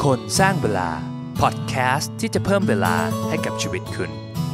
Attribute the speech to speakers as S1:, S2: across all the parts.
S1: คนสร้างเวลาพอดแคสต์ที่จะเพิ่มเวลาให้กับชีวิตคุณ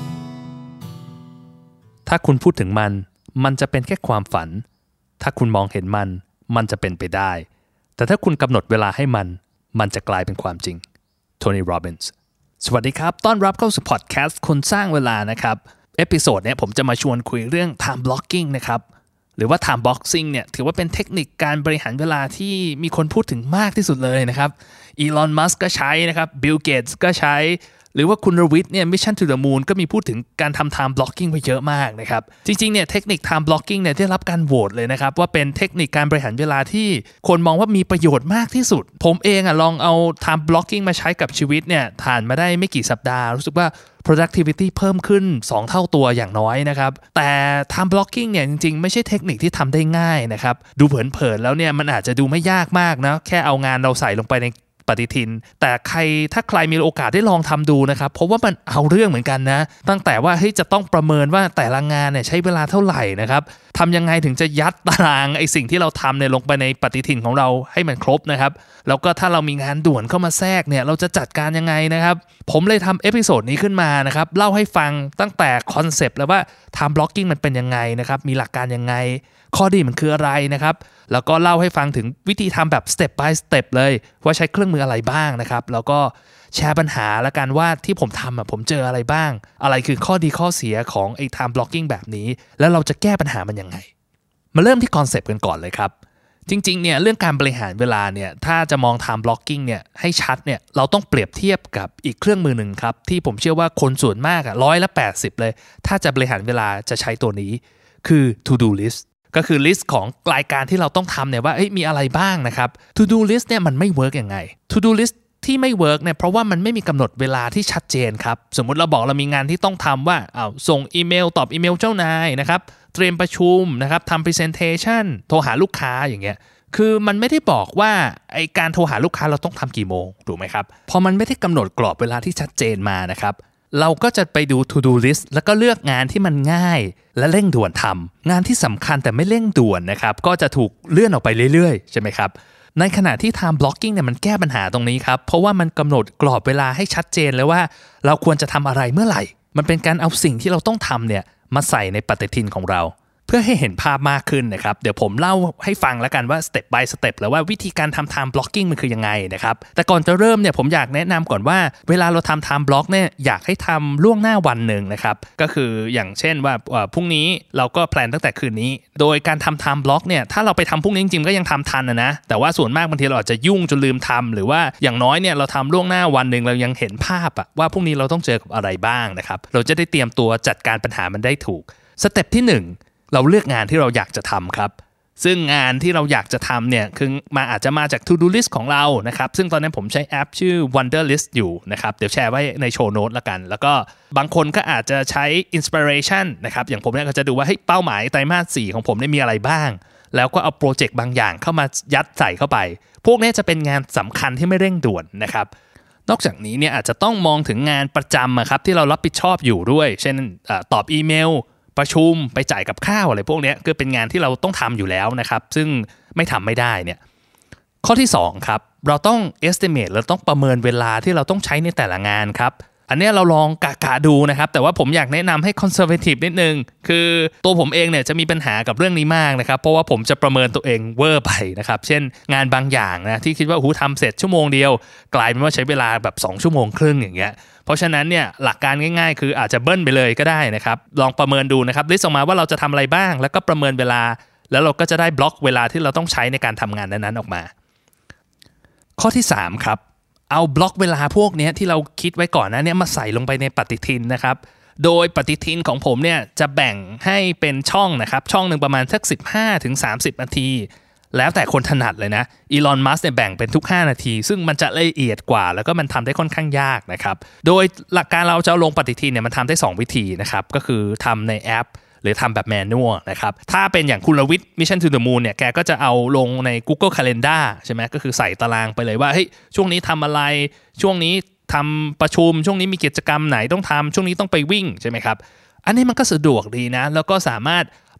S1: ถ้าคุณพูดถึงมันจะเป็นแค่ความฝันถ้าคุณมองเห็นมันจะเป็นไปได้แต่ถ้าคุณกำหนดเวลาให้มันจะกลายเป็นความจริงโทนี่โรบินส์สวัสดีครับต้อนรับเข้าสู่พอดแคสต์คนสร้างเวลานะครับเอพิโซดนี้ผมจะมาชวนคุยเรื่อง time blocking นะครับหรือว่า time boxing เนี่ยถือว่าเป็นเทคนิคการบริหารเวลาที่มีคนพูดถึงมากที่สุดเลยนะครับอีลอน มัสก์ก็ใช้นะครับบิล เกตส์ก็ใช้หรือว่าคุณรวิทย์เนี่ย Mission to the Moon ก็มีพูดถึงการทำ time blocking ไปเยอะมากนะครับจริงๆเนี่ยเทคนิค time blocking เนี่ยได้รับการโหวตเลยนะครับว่าเป็นเทคนิคการบริหารเวลาที่คนมองว่ามีประโยชน์มากที่สุดผมเองลองเอา time blocking มาใช้กับชีวิตเนี่ยผ่านมาได้ไม่กี่สัปดาห์รู้สึกว่า productivity เพิ่มขึ้น2เท่าตัวอย่างน้อยนะครับแต่ time blocking เนี่ยจริงๆไม่ใช่เทคนิคที่ทำได้ง่ายนะครับดูเผินๆแล้วเนี่ยมันอาจจะดูไม่ยากมากนะแค่เอางานเราใส่ลงไปในปฏิทินแต่ถ้าใครมีโอกาสได้ลองทำดูนะครับเพราะว่ามันเอาเรื่องเหมือนกันนะตั้งแต่ว่าจะต้องประเมินว่าแต่ละงานเนี่ยใช้เวลาเท่าไหร่นะครับทำยังไงถึงจะยัดตารางสิ่งที่เราทำเนี่ยลงไปในปฏิทินของเราให้มันครบนะครับแล้วก็ถ้าเรามีงานด่วนเข้ามาแทรกเนี่ยเราจะจัดการยังไงนะครับผมเลยทำเอพิโซดนี้ขึ้นมานะครับเล่าให้ฟังตั้งแต่คอนเซปต์แล้วว่า time blocking มันเป็นยังไงนะครับมีหลักการยังไงข้อดีมันคืออะไรนะครับแล้วก็เล่าให้ฟังถึงวิธีทำแบบ step by step เลยว่าใช้เครื่องมืออะไรบ้างนะครับแล้วก็แชร์ปัญหาละกันว่าที่ผมทำผมเจออะไรบ้างอะไรคือข้อดีข้อเสียของtime blocking แบบนี้แล้วเราจะแก้ปัญหามันยังไงมาเริ่มที่คอนเซปต์กันก่อนเลยครับจริงๆเนี่ยเรื่องการบริหารเวลาเนี่ยถ้าจะมอง time blocking เนี่ยให้ชัดเนี่ยเราต้องเปรียบเทียบกับอีกเครื่องมือหนึ่งครับที่ผมเชื่อว่าคนส่วนมาก180เลยถ้าจะบริหารเวลาจะใช้ตัวนี้คือ to do listก็คือลิสต์ของรายการที่เราต้องทำเนี่ยว่ามีอะไรบ้างนะครับ To do list เนี่ยมันไม่เวิร์กยังไง To do list ที่ไม่เวิร์กเนี่ยเพราะว่ามันไม่มีกำหนดเวลาที่ชัดเจนครับสมมุติเราบอกเรามีงานที่ต้องทำว่าส่งอีเมลตอบอีเมลเจ้านายนะครับเตรียมประชุมนะครับทำ presentation โทรหาลูกค้าอย่างเงี้ยคือมันไม่ได้บอกว่าการโทรหาลูกค้าเราต้องทำกี่โมงถูกไหมครับพอมันไม่ได้กำหนดกรอบเวลาที่ชัดเจนมานะครับเราก็จะไปดู to do list แล้วก็เลือกงานที่มันง่ายและเร่งด่วนทำงานที่สำคัญแต่ไม่เร่งด่วนนะครับก็จะถูกเลื่อนออกไปเรื่อยๆใช่ไหมครับในขณะที่ time blocking เนี่ยมันแก้ปัญหาตรงนี้ครับเพราะว่ามันกำหนดกรอบเวลาให้ชัดเจนเลยว่าเราควรจะทำอะไรเมื่อไหร่มันเป็นการเอาสิ่งที่เราต้องทำเนี่ยมาใส่ในปฏิทินของเราเพื่อให้เห็นภาพมากขึ้นนะครับเดี๋ยวผมเล่าให้ฟังแล้วกันว่า step by step แล้วว่าวิธีการทำ time blocking มันคือยังไงนะครับแต่ก่อนจะเริ่มเนี่ยผมอยากแนะนำก่อนว่าเวลาเราทำ time block เนี่ยอยากให้ทำล่วงหน้าวันหนึ่งนะครับก็คืออย่างเช่นว่าพรุ่งนี้เราก็แพลนตั้งแต่คืนนี้โดยการทำ time block เนี่ยถ้าเราไปทำพรุ่งนี้จริงๆก็ยังทำทันนะแต่ว่าส่วนมากบางทีเราอาจจะยุ่งจนลืมทำหรือว่าอย่างน้อยเนี่ยเราทำล่วงหน้าวันหนึ่งเรายังเห็นภาพว่าพรุ่งนี้เราต้องเจอกับอะไรบ้างนะครับเราจะได้เตรียมตัวจัดการปัญหามันได้ถูกสเต็ปที่1เราเลือกงานที่เราอยากจะทำครับซึ่งงานที่เราอยากจะทำเนี่ยคืออาจจะมาจาก to do list ของเรานะครับซึ่งตอนนี้ผมใช้แอปชื่อ Wonderlist อยู่นะครับเดี๋ยวแชร์ไว้ในโชว์โน้ตละกันแล้วก็บางคนก็อาจจะใช้ inspiration นะครับอย่างผมเนี่ยก็จะดูว่าเป้าหมายไตรมาส 4ของผมได้มีอะไรบ้างแล้วก็เอาโปรเจกต์บางอย่างเข้ามายัดใส่เข้าไปพวกนี้จะเป็นงานสำคัญที่ไม่เร่งด่วนนะครับนอกจากนี้เนี่ยอาจจะต้องมองถึงงานประจำครับที่เรารับผิดชอบอยู่ด้วยเช่นตอบอีเมลประชุมไปจ่ายกับข้าวอะไรพวกนี้คือเป็นงานที่เราต้องทำอยู่แล้วนะครับซึ่งไม่ทำไม่ได้เนี่ยข้อที่2ครับเราต้อง estimate เราต้องประเมินเวลาที่เราต้องใช้ในแต่ละงานครับอันนี้เราลองกะดูนะครับแต่ว่าผมอยากแนะนำให้ conservative นิดนึงคือตัวผมเองเนี่ยจะมีปัญหากับเรื่องนี้มากนะครับเพราะว่าผมจะประเมินตัวเองเวอร์ไปนะครับเช่นงานบางอย่างนะที่คิดว่าทำเสร็จชั่วโมงเดียวกลายเป็นว่าใช้เวลาแบบ2 ชั่วโมงครึ่งอย่างเงี้ยเพราะฉะนั้นเนี่ยหลักการง่ายๆคืออาจจะเบิ้ลไปเลยก็ได้นะครับลองประเมินดูนะครับลิสต์ออกมาว่าเราจะทำอะไรบ้างแล้วก็ประเมินเวลาแล้วเราก็จะได้บล็อกเวลาที่เราต้องใช้ในการทำงานนั้นๆออกมาข้อที่3ครับเอาบล็อกเวลาพวกนี้ที่เราคิดไว้ก่อนนะเนี่ยมาใส่ลงไปในปฏิทินนะครับโดยปฏิทินของผมเนี่ยจะแบ่งให้เป็นช่องนะครับช่องหนึ่งประมาณสัก 15-30 นาทีแล้วแต่คนถนัดเลยนะอีลอน มัสก์เนี่ยแบ่งเป็นทุก5นาทีซึ่งมันจะละเอียดกว่าแล้วก็มันทำได้ค่อนข้างยากนะครับโดยหลักการเราจะลงปฏิทินเนี่ยมันทำได้2วิธีนะครับก็คือทำในแอปหรือทำแบบแมนนวลนะครับถ้าเป็นอย่างคุณรวิทย์ Mission to the Moon เนี่ยแกก็จะเอาลงใน Google Calendar ใช่ไหมก็คือใส่ตารางไปเลยว่าเฮ้ยช่วงนี้ทำอะไรช่วงนี้ทำประชุมช่วงนี้มีกิจกรรมไหนต้องทำช่วงนี้ต้องไปวิ่งใช่ไหมครับอันนี้มันก็สะดวกดีนะแล้วก็สามารถ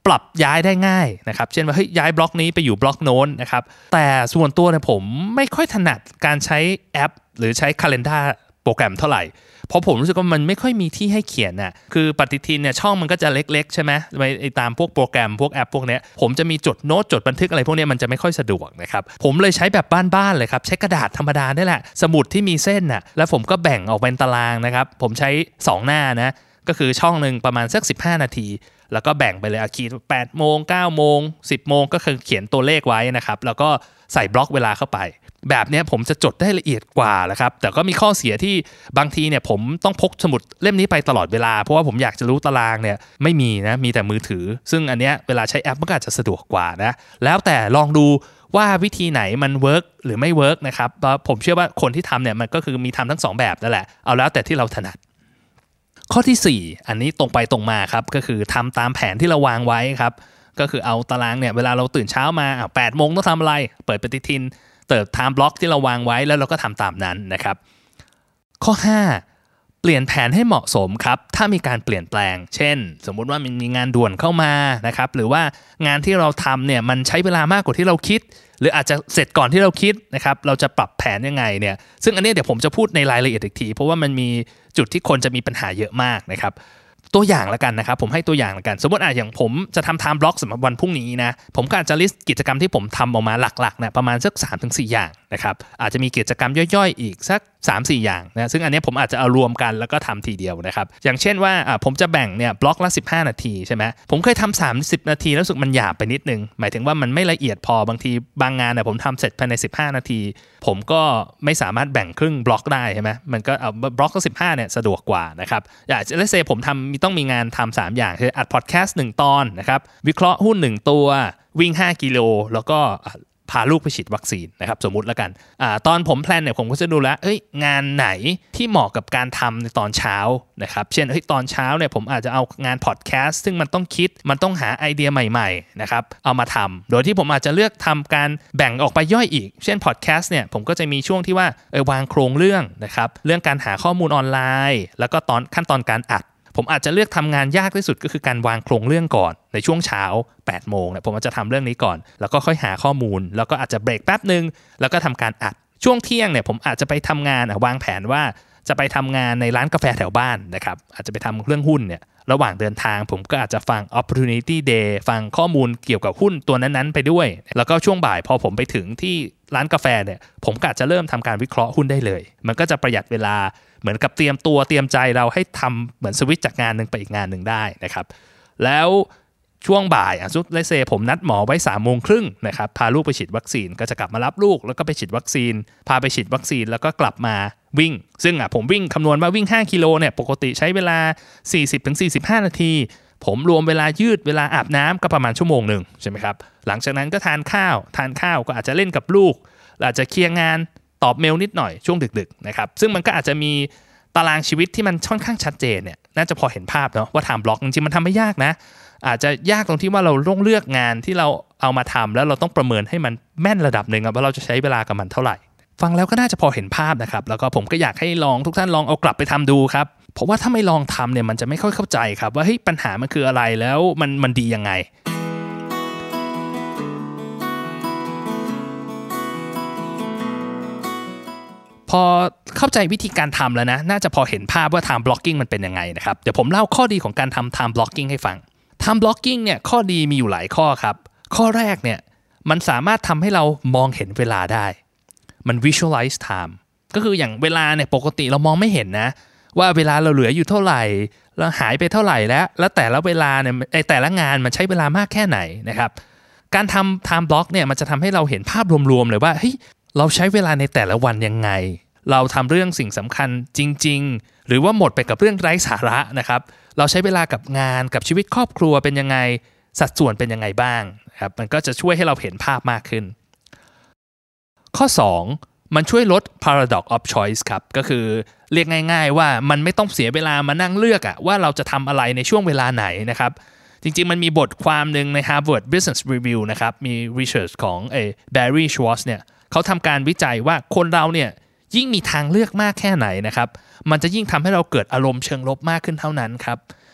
S1: ปรับย้ายได้ง่ายนะครับเช่นว่าเฮ้ยย้ายบล็อกนี้ไปอยู่บล็อกโน้นนะครับแต่ส่วนตัวเนี่ยผมไม่ค่อยถนัดการใช้แอปหรือใช้ Calendar โปรแกรมเท่าไหร่เพราะผมรู้สึกว่ามันไม่ค่อยมีที่ให้เขียนน่ะคือปฏิทินเนี่ยช่องมันก็จะเล็กๆใช่ไหมไปตามพวกโปรแกรมพวกแอปพวกเนี้ยผมจะมีจดโน้ตจดบันทึกอะไรพวกนี้มันจะไม่ค่อยสะดวกนะครับผมเลยใช้แบบบ้านๆเลยครับใช้กระดาษธรรมดาได้แหละสมุดที่มีเส้นน่ะแล้วผมก็แบ่งออกเป็นตารางนะครับผมใช้2หน้านะก็คือช่องนึงประมาณสัก15นาทีแล้วก็แบ่งไปเลยขีด8โมง9โมง10โมงก็คือเขียนตัวเลขไว้นะครับแล้วก็ใส่บล็อกเวลาเข้าไปแบบนี้ผมจะจดได้ละเอียดกว่าแหละครับแต่ก็มีข้อเสียที่บางทีเนี่ยผมต้องพกสมุดเล่มนี้ไปตลอดเวลาเพราะว่าผมอยากจะรู้ตารางเนี่ยไม่มีนะมีแต่มือถือซึ่งอันเนี้ยเวลาใช้แอปมันก็อาจจะสะดวกกว่านะแล้วแต่ลองดูว่าวิธีไหนมันเวิร์กหรือไม่เวิร์กนะครับเพราะผมเชื่อว่าคนที่ทำเนี่ยมันก็คือมีทำทั้ง2แบบนั่นแหละเอาแล้วแต่ที่เราถนัดข้อที่4อันนี้ตรงไปตรงมาครับก็คือทำตามแผนที่เราวางไว้ครับก็คือเอาตารางเนี่ยเวลาเราตื่นเช้ามา8โมงต้องทำอะไรเปิดปฏิทินเติม time block ที่เราวางไว้แล้วเราก็ทำตามนั้นนะครับข้อ5เปลี่ยนแผนให้เหมาะสมครับถ้ามีการเปลี่ยนแปลงเช่นสมมุติว่ามันมีงานด่วนเข้ามานะครับหรือว่างานที่เราทำเนี่ยมันใช้เวลามากกว่าที่เราคิดหรืออาจจะเสร็จก่อนที่เราคิดนะครับเราจะปรับแผนยังไงเนี่ยซึ่งอันนี้เดี๋ยวผมจะพูดในรายละเอียดอีกทีเพราะว่ามันมีจุดที่คนจะมีปัญหาเยอะมากนะครับตัวอย่างละกันนะครับผมให้ตัวอย่างละกันสมมติอย่างผมจะทำ time block สำหรับวันพรุ่งนี้นะผมก็อาจจะ list กิจกรรมที่ผมทำออกมาหลักๆนะประมาณสัก 3-4 อย่างนะครับอาจจะมีกิจกรรมย่อยๆอีกสัก 3-4 อย่างนะซึ่งอันนี้ผมอาจจะเอารวมกันแล้วก็ทำทีเดียวนะครับอย่างเช่นว่าผมจะแบ่งเนี่ยบล็อกละ15นาทีใช่ไหมผมเคยทำ30นาทีแล้วรู้สึกมันหยาบไปนิดนึงหมายถึงว่ามันไม่ละเอียดพอบางทีบางงานเนี่ยผมทำเสร็จภายใน15นาทีผมก็ไม่สามารถแบ่งครึ่งบล็อกได้ใช่ไหมมันก็เอาบล็อกละ15เนี่ยสะดวกกว่านะครับอย่างเช่นผมต้องมีงานทำ3อย่างคืออัดพอดแคสต์1ตอนนะครับวิเคราะห์หุ้น1ตัววิ่ง5กิโลแล้วก็พาลูกไปฉีดวัคซีนนะครับสมมุติแล้วกันตอนผมแพลนเนี่ยผมก็จะดูแล้วงานไหนที่เหมาะกับการทำในตอนเช้านะครับเช่นตอนเช้าเนี่ยผมอาจจะเอางานพอดแคสต์ซึ่งมันต้องคิดมันต้องหาไอเดียใหม่ๆนะครับเอามาทำโดยที่ผมอาจจะเลือกทำการแบ่งออกไปย่อยอีกเช่นพอดแคสต์เนี่ยผมก็จะมีช่วงที่ว่าวางโครงเรื่องนะครับเรื่องการหาข้อมูลออนไลน์แล้วก็ขั้นตอนการอัดผมอาจจะเลือกทำงานยากที่สุดก็คือการวางโครงเรื่องก่อนในช่วงเช้า8โมงเนี่ยผมอาจจะทำเรื่องนี้ก่อนแล้วก็ค่อยหาข้อมูลแล้วก็อาจจะเบรกแป๊บนึงแล้วก็ทำการอัดช่วงเที่ยงเนี่ยผมอาจจะไปทำงานวางแผนว่าจะไปทำงานในร้านกาแฟแถวบ้านนะครับอาจจะไปทำเรื่องหุ้นเนี่ยระหว่างเดินทางผมก็อาจจะฟัง opportunity day ฟังข้อมูลเกี่ยวกับหุ้นตัวนั้นๆไปด้วยแล้วก็ช่วงบ่ายพอผมไปถึงที่ร้านกาแฟเนี่ยผมก็อาจจะเริ่มทำการวิเคราะห์หุ้นได้เลยมันก็จะประหยัดเวลาเหมือนกับเตรียมใจเราให้ทำเหมือนสวิตช์จากงานหนึ่งไปอีกงานหนึ่งได้นะครับแล้วช่วงบ่ายเลเซผมนัดหมอไว้3:30นะครับพาลูกไปฉีดวัคซีนก็จะกลับมารับลูกแล้วก็ไปฉีดวัคซีนพาไปฉีดวัคซีนแล้วก็กลับมาวิ่งซึ่งผมวิ่งคำนวณว่าวิ่ง5กิโลเนี่ยปกติใช้เวลา 40-45 นาทีผมรวมเวลายืดเวลาอาบน้ำก็ประมาณชั่วโมงนึงใช่ไหมครับหลังจากนั้นก็ทานข้าวก็อาจจะเล่นกับลูกอาจจะเคลียร์งานตอบเมลนิดหน่อยช่วงดึกๆนะครับซึ่งมันก็อาจจะมีตารางชีวิตที่มันค่อนข้างชัดเจนเนี่ยน่าจะพอเห็นภาพเนาะว่าไทม์บล็อกจริงๆมันทำไม่ยากนะอาจจะยากตรงที่ว่าเราต้องเลือกงานที่เราเอามาทำแล้วเราต้องประเมินให้มันแม่นระดับหนึ่งว่าเราจะใช้เวลากับมันเท่าไหร่ฟังแล้วก็น่าจะพอเห็นภาพนะครับแล้วก็ผมก็อยากให้ทุกท่านลองเอากลับไปทำดูครับเพราะว่าถ้าไม่ลองทำเนี่ยมันจะไม่ค่อยเข้าใจครับว่าปัญหามันคืออะไรแล้วมันดียังไงพอเข้าใจวิธีการทำแล้วนะน่าจะพอเห็นภาพว่า time blocking มันเป็นยังไงนะครับเดี๋ยวผมเล่าข้อดีของการทำ time blocking ให้ฟัง time blocking เนี่ยข้อดีมีอยู่หลายข้อครับข้อแรกเนี่ยมันสามารถทำให้เรามองเห็นเวลาได้มัน visualize time ก็คืออย่างเวลาเนี่ยปกติเรามองไม่เห็นนะว่าเวลาเราเหลืออยู่เท่าไหร่เราหายไปเท่าไหร่แล้วแต่ละเวลาเนี่ยแต่ละงานมันใช้เวลามากแค่ไหนนะครับการทำ time block เนี่ยมันจะทำให้เราเห็นภาพรวมๆเลยว่าเราใช้เวลาในแต่ละวันยังไงเราทำเรื่องสิ่งสำคัญจริงๆหรือว่าหมดไปกับเรื่องไร้สาระนะครับเราใช้เวลากับงานกับชีวิตครอบครัวเป็นยังไงสัดส่วนเป็นยังไงบ้างครับมันก็จะช่วยให้เราเห็นภาพมากขึ้นข้อ2มันช่วยลด paradox of choice ครับก็คือเรียกง่ายๆว่ามันไม่ต้องเสียเวลามานั่งเลือกว่าเราจะทำอะไรในช่วงเวลาไหนนะครับจริงๆมันมีบทความหนึ่งใน Harvard Business Review นะครับมี research ของBarry Schwartz เนี่ยเขาทำการวิจัยว่าคนเราเนี่ยยิ่งมีทางเลือกมากแค่ไหนนะครับมันจะยิ่งทำให้เราเกิดอารมณ์เชิงลบมากขึ้นเท่านั้นครับ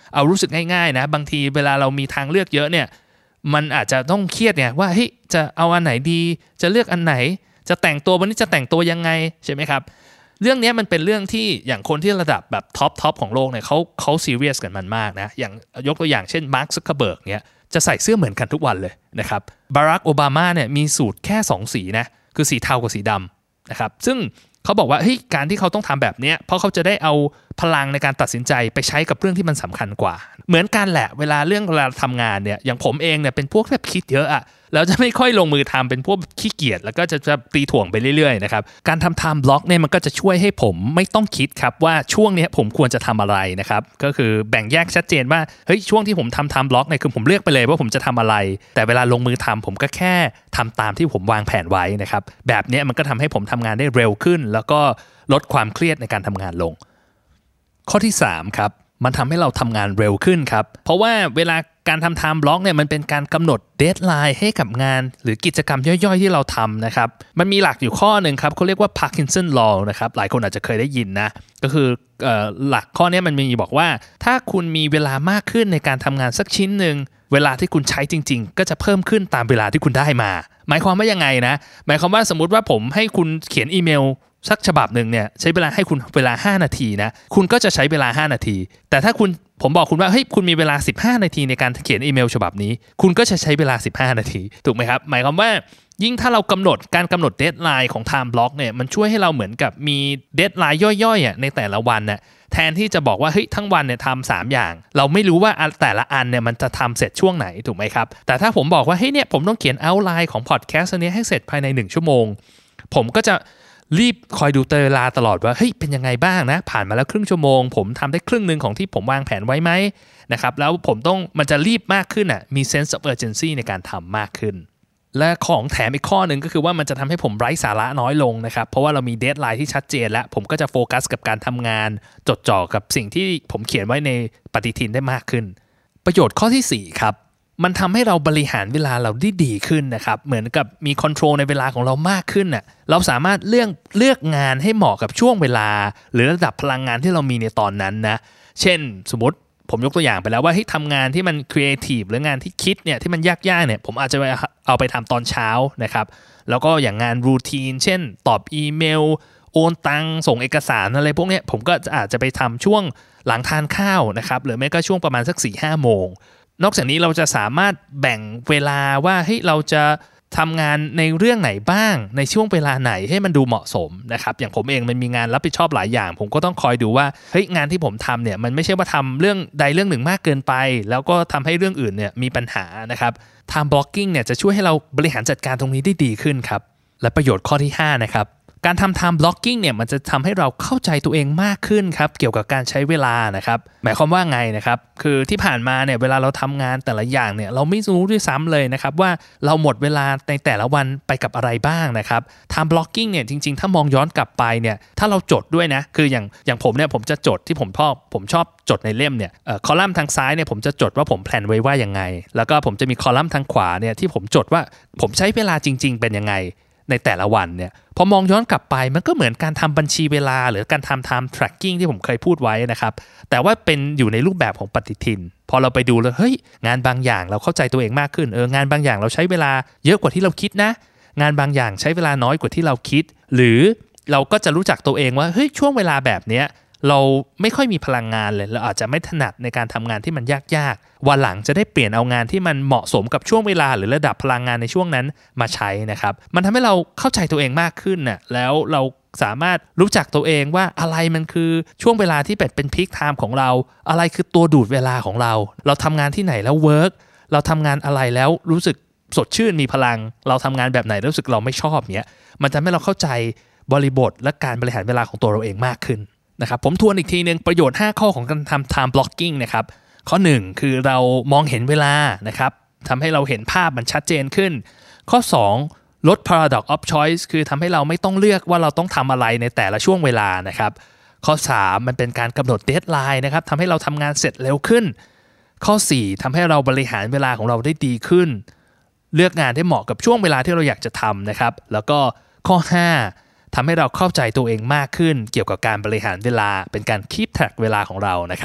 S1: เอารู้สึกง่ายๆนะบางทีเวลาเรามีทางเลือกเยอะเนี่ยมันอาจจะต้องเครียดไงว่าเฮ้ยจะเอาอันไหนดีจะเลือกอันไหนจะแต่งตัววันนี้จะแต่งตัวยังไงใช่ไหมครับเรื่องนี้มันเป็นเรื่องที่อย่างคนที่ระดับแบบท็อปของโลกเนี่ยเขาซีเรียสกันมันมากนะอย่างยกตัวอย่างเช่นมาร์ค ซักเคอร์เบิร์กเนี่ยจะใส่เสื้อเหมือนกันทุกวันเลยนะครับบารักโอบามาเนี่ยมีสูทแค่2สีนะคือสีเทากับสีดำนะครับซึ่งเขาบอกว่าเฮ้ยการที่เขาต้องทำแบบนี้เพราะเขาจะได้เอาพลังในการตัดสินใจไปใช้กับเรื่องที่มันสำคัญกว่าเหมือนกันแหละเวลาทำงานเนี่ยอย่างผมเองเนี่ยเป็นพวกแบบคิดเยอะอะแล้วจะไม่ค่อยลงมือทำเป็นพวกขี้เกียจแล้วก็จะตีถ่วงไปเรื่อยๆนะครับการทำ time block เนี่ยมันก็จะช่วยให้ผมไม่ต้องคิดครับว่าช่วงนี้ผมควรจะทำอะไรนะครับก็คือแบ่งแยกชัดเจนว่าเฮ้ยช่วงที่ผมทำ time block เนี่ยคือผมเลือกไปเลยว่าผมจะทำอะไรแต่เวลาลงมือทำผมก็แค่ทำตามที่ผมวางแผนไว้นะครับแบบนี้มันก็ทำให้ผมทำงานได้เร็วขึ้นแล้วก็ลดความเครียดในการทำงานลงข้อที่3ครับมันทำให้เราทำงานเร็วขึ้นครับเพราะว่าเวลาการทำ time block เนี่ยมันเป็นการกำหนดเดดไลน์ให้กับงานหรือกิจกรรมย่อยๆที่เราทำนะครับมันมีหลักอยู่ข้อหนึ่งครับเขาเรียกว่า Parkinson Law นะครับหลายคนอาจจะเคยได้ยินนะก็คือหลักข้อนี้มันมีบอกว่าถ้าคุณมีเวลามากขึ้นในการทำงานสักชิ้นหนึ่งเวลาที่คุณใช้จริงๆก็จะเพิ่มขึ้นตามเวลาที่คุณได้มาหมายความว่ายังไงนะหมายความว่าสมมุติว่าผมให้คุณเขียนอีเมลสักฉบับหนึ่งเนี่ยใช้เวลาให้คุณเวลา5นาทีนะคุณก็จะใช้เวลา5นาทีแต่ถ้าผมบอกคุณว่าเฮ้ยคุณมีเวลา15นาทีในการเขียนอีเมลฉบับนี้คุณก็จะใช้เวลา15นาทีถูกไหมครับหมายความว่ายิ่งถ้าเรากำหนดเดดไลน์ของ time block เนี่ยมันช่วยให้เราเหมือนกับมีเดดไลน์ย่อยๆในแต่ละวันน่ะแทนที่จะบอกว่าเฮ้ยทั้งวันเนี่ยทำ3อย่างเราไม่รู้ว่าแต่ละอันเนี่ยมันจะทำเสร็จช่วงไหนถูกไหมครับแต่ถ้าผมบอกว่าเฮ้ยเนี่ยผมต้องเขียนเอาท์ไลน์ของพอดแคสต์อันนี้ให้เสร็จภายใน1ชั่วโมงผมก็จะรีบคอยดูเวลาตลอดว่าเฮ้ยเป็นยังไงบ้างนะผ่านมาแล้วครึ่งชั่วโมงผมทำได้ครึ่งนึงของที่ผมวางแผนไว้ไหมนะครับแล้วมันจะรีบมากขึ้นอ่ะมี sense of urgency ในการทำมากขึ้นและของแถมอีกข้อหนึ่งก็คือว่ามันจะทำให้ผมไร้สาระน้อยลงนะครับเพราะว่าเรามีเดดไลน์ที่ชัดเจนแล้วผมก็จะโฟกัสกับการทำงานจดจ่อกับสิ่งที่ผมเขียนไว้ในปฏิทินได้มากขึ้นประโยชน์ข้อที่4ครับมันทำให้เราบริหารเวลาเราได้ดีขึ้นนะครับเหมือนกับมีคอนโทรลในเวลาของเรามากขึ้นน่ะเราสามารถเลือกงานให้เหมาะกับช่วงเวลาหรือระดับพลังงานที่เรามีในตอนนั้นนะเช่นสมมติผมยกตัวอย่างไปแล้วว่าให้ทำงานที่มันครีเอทีฟหรืองานที่คิดเนี่ยที่มันยากๆเนี่ยผมอาจจะเอาไปทำตอนเช้านะครับแล้วก็อย่างงานรูทีนเช่นตอบอีเมลโอนตังส่งเอกสารอะไรพวกนี้ผมก็อาจจะไปทำช่วงหลังทานข้าวนะครับหรือไม่ก็ช่วงประมาณสัก 4-5 โมงนอกจากนี้เราจะสามารถแบ่งเวลาว่าเฮ้ยเราจะทำงานในเรื่องไหนบ้างในช่วงเวลาไหนให้มันดูเหมาะสมนะครับอย่างผมเองมันมีงานรับผิดชอบหลายอย่างผมก็ต้องคอยดูว่าเฮ้ยงานที่ผมทำเนี่ยมันไม่ใช่ว่าทำเรื่องใดเรื่องหนึ่งมากเกินไปแล้วก็ทำให้เรื่องอื่นเนี่ยมีปัญหานะครับ time blocking เนี่ยจะช่วยให้เราบริหารจัดการตรงนี้ได้ดีขึ้นครับและประโยชน์ข้อที่5นะครับการทำ time blocking เนี่ยมันจะทำให้เราเข้าใจตัวเองมากขึ้นครับเกี่ยวกับการใช้เวลานะครับหมายความว่าไงนะครับคือที่ผ่านมาเนี่ยเวลาเราทำงานแต่ละอย่างเนี่ยเราไม่รู้ด้วยซ้ำเลยนะครับว่าเราหมดเวลาในแต่ละวันไปกับอะไรบ้างนะครับ time blocking เนี่ยจริงๆถ้ามองย้อนกลับไปเนี่ยถ้าเราจดด้วยนะคืออย่างผมเนี่ยผมจะจดที่ผมชอบจดในเล่มเนี่ยคอลัมน์ทางซ้ายเนี่ยผมจะจดว่าผมแพลนไว้ว่ายังไงแล้วก็ผมจะมีคอลัมน์ทางขวาเนี่ยที่ผมจดว่าผมใช้เวลาจริงๆเป็นยังไงในแต่ละวันเนี่ยพอมองย้อนกลับไปมันก็เหมือนการทำบัญชีเวลาหรือการทำ time tracking ที่ผมเคยพูดไว้นะครับแต่ว่าเป็นอยู่ในรูปแบบของปฏิทินพอเราไปดูแล้วเฮ้ยงานบางอย่างเราเข้าใจตัวเองมากขึ้นงานบางอย่างเราใช้เวลาเยอะกว่าที่เราคิดนะงานบางอย่างใช้เวลาน้อยกว่าที่เราคิดหรือเราก็จะรู้จักตัวเองว่าเฮ้ยช่วงเวลาแบบเนี้ยเราไม่ค่อยมีพลังงานเลยเราอาจจะไม่ถนัดในการทำงานที่มันยากๆวันหลังจะได้เปลี่ยนเอางานที่มันเหมาะสมกับช่วงเวลาหรือระดับพลังงานในช่วงนั้นมาใช้นะครับมันทำให้เราเข้าใจตัวเองมากขึ้นน่ะแล้วเราสามารถรู้จักตัวเองว่าอะไรมันคือช่วงเวลาที่เป็นพีคไทม์ของเราอะไรคือตัวดูดเวลาของเราทำงานที่ไหนแล้วเวิร์กเราทำงานอะไรแล้วรู้สึกสดชื่นมีพลังเราทำงานแบบไหนรู้สึกเราไม่ชอบเนี้ยมันทำให้เราเข้าใจบริบทและการบริหารเวลาของตัวเราเองมากขึ้นนะครับผมทวนอีกทีนึงประโยชน์5ข้อของการทำ time blocking นะครับข้อ1คือเรามองเห็นเวลานะครับทำให้เราเห็นภาพมันชัดเจนขึ้นข้อ2ลด paradox of choice คือทำให้เราไม่ต้องเลือกว่าเราต้องทำอะไรในแต่ละช่วงเวลานะครับข้อ3มันเป็นการกำหนด deadline นะครับทำให้เราทำงานเสร็จเร็วขึ้นข้อ4ทำให้เราบริหารเวลาของเราได้ดีขึ้นเลือกงานที่เหมาะกับช่วงเวลาที่เราอยากจะทำนะครับแล้วก็ข้อ5ทำให้เราเข้าใจตัวเองมากขึ้นเกี่ยวกับการบริหารเวลาเป็นการ keep track เวลาของเรานะครับ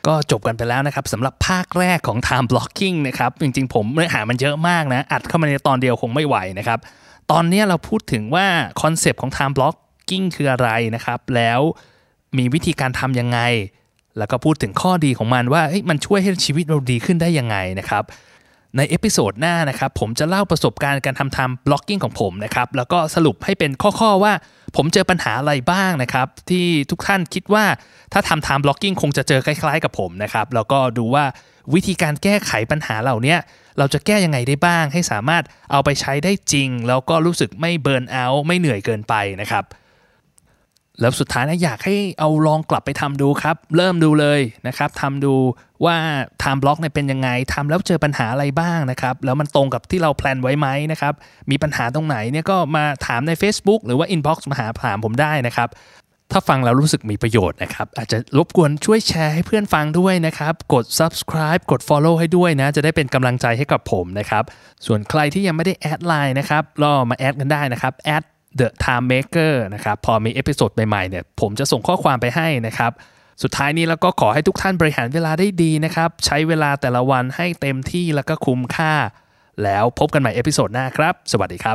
S1: ก็จบกันไปแล้วนะครับสำหรับภาคแรกของ Time Blocking นะครับจริงๆผมเนื้อหามันเยอะมากนะอัดเข้ามาในตอนเดียวคงไม่ไหวนะครับตอนนี้เราพูดถึงว่าคอนเซปต์ของ Time Blocking คืออะไรนะครับแล้วมีวิธีการทำยังไงแล้วก็พูดถึงข้อดีของมันว่ามันช่วยให้ชีวิตเราดีขึ้นได้ยังไงนะครับในเอพิโซดหน้านะครับผมจะเล่าประสบการณ์การทำ Time Blocking ของผมนะครับแล้วก็สรุปให้เป็นข้อๆว่าผมเจอปัญหาอะไรบ้างนะครับที่ทุกท่านคิดว่าถ้าทำ Time Blocking คงจะเจอคล้ายๆกับผมนะครับแล้วก็ดูว่าวิธีการแก้ไขปัญหาเหล่านี้เราจะแก้ยังไงได้บ้างให้สามารถเอาไปใช้ได้จริงแล้วก็รู้สึกไม่เบิร์นเอาท์ไม่เหนื่อยเกินไปนะครับแล้วสุดท้ายนะอยากให้เอาลองกลับไปทำดูครับเริ่มดูเลยนะครับทำดูว่า Time Block เนี่ยเป็นยังไงทำแล้วเจอปัญหาอะไรบ้างนะครับแล้วมันตรงกับที่เราแพลนไว้ไหมนะครับมีปัญหาตรงไหนเนี่ยก็มาถามใน Facebook หรือว่า Inbox มาถามผมได้นะครับถ้าฟังแล้วรู้สึกมีประโยชน์นะครับอาจจะรบกวนช่วยแชร์ให้เพื่อนฟังด้วยนะครับกด Subscribe กด Follow ให้ด้วยนะจะได้เป็นกำลังใจให้กับผมนะครับส่วนใครที่ยังไม่ได้แอดไลน์นะครับรอมาแอดกันได้นะครับแอดThe Time Maker นะครับพอมีเอพิโซดใหม่ๆเนี่ยผมจะส่งข้อความไปให้นะครับสุดท้ายนี้แล้วก็ขอให้ทุกท่านบริหารเวลาได้ดีนะครับใช้เวลาแต่ละวันให้เต็มที่แล้วก็คุ้มค่าแล้วพบกันใหม่เอพิโซดหน้าครับสวัสดีครับ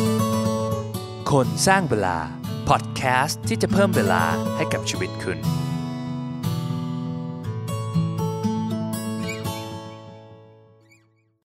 S1: คนสร้างเวลาพอดแคสต์ที่จะเพิ่มเวลาให้กับชีวิตคุณ